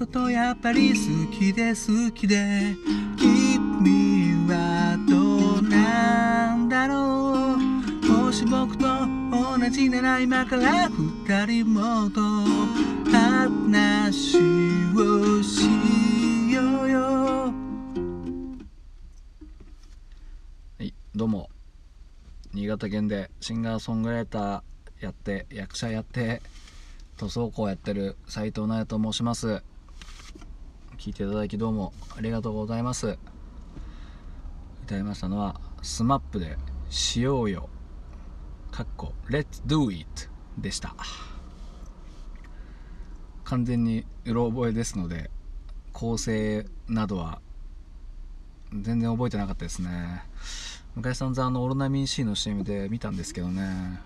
ことやっぱり好きで好きで、君はどうなんだろう。もし僕と同じなら今から二人もと話をしようよ。はい、どうも、新潟県でシンガーソングライターやって役者やって塗装工やってる斉藤直と申します。聞いていただきどうもありがとうございます。歌いましたのはスマップでしようよLet's do it でした。完全にうろ覚えですので構成などは全然覚えてなかったですね。昔さんざオロナミン C の CM で見たんですけどね、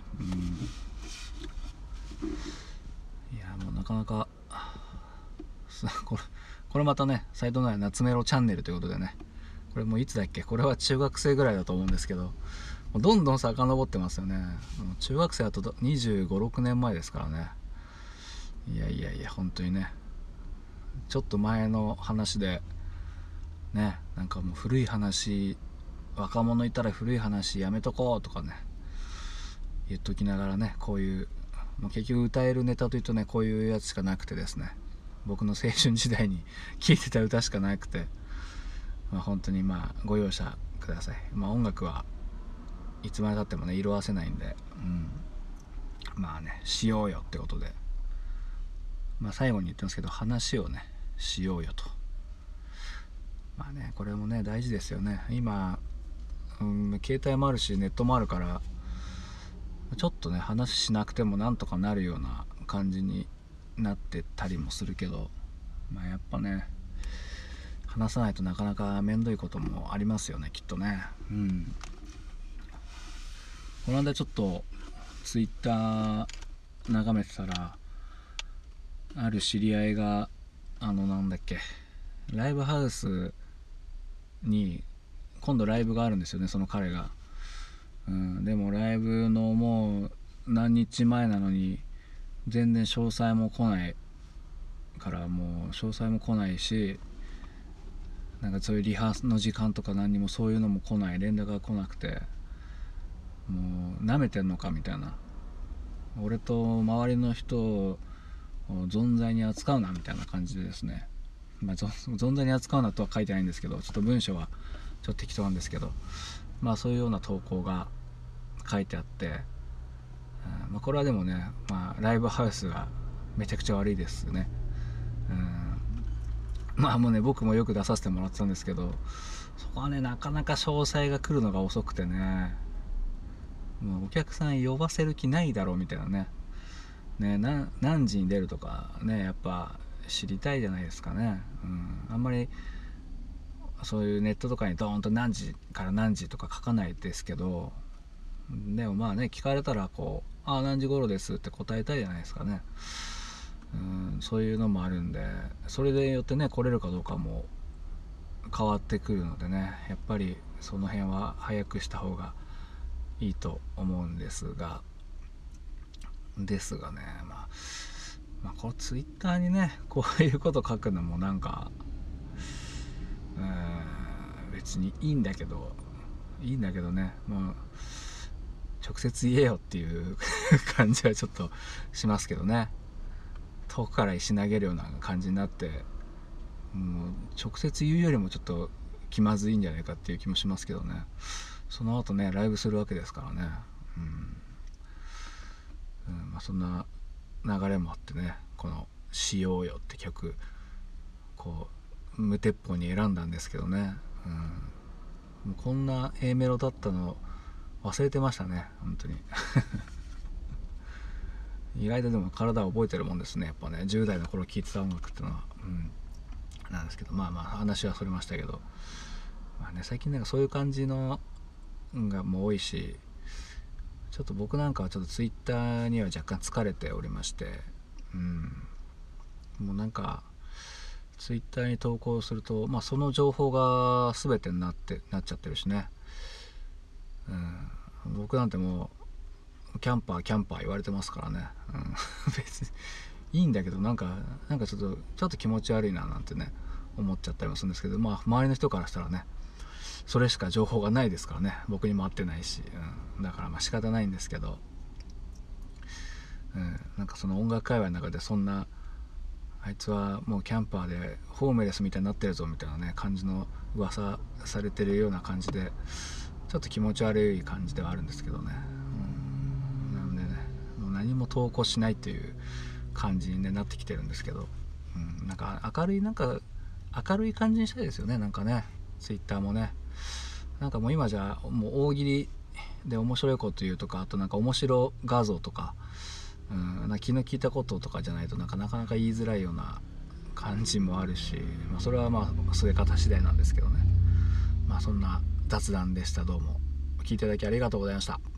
いやもうなかなかこれまたね、斉藤の夏メロチャンネルということでね、これもういつだっけ、これは中学生ぐらいだと思うんですけど、どんどん遡ってますよね。中学生だと25、6年前ですからね。いや本当にね、ちょっと前の話でね、なんかもう古い話、若者いたら古い話やめとこうとかね言っときながらね、こういうもう結局歌えるネタというとね、こういうやつしかなくてですね、僕の青春時代に聴いてた歌しかなくて、本当にご容赦ください。音楽はいつまでたってもね色あせないんで、しようよってことで、最後に言ってますけど、話をねしようよと。これもね大事ですよね。今、携帯もあるしネットもあるから、ちょっとね話しなくてもなんとかなるような感じになってたりもするけど、やっぱね話さないとなかなかめんどいこともありますよね、きっとね。この間ちょっとツイッター眺めてたら、ある知り合いがなんだっけ、ライブハウスに今度ライブがあるんですよね、その彼が。でもライブのもう何日前なのに全然詳細も来ないから、もう詳細も来ないし、なんかそういうリハの時間とか何にもそういうのも来ない、連絡が来なくて、もう舐めてんのかみたいな、俺と周りの人を存在に扱うなみたいな感じでですね、存在に扱うなとは書いてないんですけど、ちょっと文章はちょっと適当なんですけど、そういうような投稿が書いてあって、これはでもね、ライブハウスがめちゃくちゃ悪いですね。もうね、僕もよく出させてもらってたんですけど、そこはねなかなか詳細が来るのが遅くてね、もうお客さん呼ばせる気ないだろうみたいなね、何時に出るとかね、やっぱ知りたいじゃないですかね。あんまりそういうネットとかにドーンと何時から何時とか書かないですけど、でも聞かれたら何時頃ですって答えたいじゃないですかね。そういうのもあるんで、それでよってね来れるかどうかも変わってくるのでね、やっぱりその辺は早くした方がいいと思うんですがね、このツイッターにねこういうこと書くのもなんか別にいいんだけどね、直接言えよっていう感じはちょっとしますけどね。遠くから石投げるような感じになって、もう直接言うよりもちょっと気まずいんじゃないかっていう気もしますけどね。その後ねライブするわけですからね。そんな流れもあってね、この「しようよ」って曲無鉄砲に選んだんですけどね、もうこんな A メロだったの忘れてましたね、本当に意外とでも体を覚えてるもんですね、やっぱね。10代の頃聴いてた音楽っていうのは、なんですけど、話はそれましたけど、最近なんかそういう感じのがもう多いし、ちょっと僕なんかはちょっとツイッターには若干疲れておりまして、もうなんかツイッターに投稿すると、その情報が全てになっちゃってるしね。僕なんてもうキャンパー言われてますからね。別にいいんだけどなんかちょっと気持ち悪いななんてね思っちゃったりもするんですけど、まあ周りの人からしたらねそれしか情報がないですからね、僕にも会ってないし、だからまあ仕方ないんですけど、なんかその音楽界隈の中でそんなあいつはもうキャンパーでホームレスみたいになってるぞみたいなね感じの噂されてるような感じでちょっと気持ち悪い感じではあるんですけどね、なのでねもう何も投稿しないという感じに、ね、なってきてるんですけど、なんか明るい感じにしたいですよね。なんかねツイッターもねなんかもう今じゃもう大喜利で面白いこと言うとか、あとなんか面白画像とか、なんか気の利いたこととかじゃないとなかなか言いづらいような感じもあるし、それはまあ据え方次第なんですけどね。そんな雑談でした。どうも聞いていただきありがとうございました。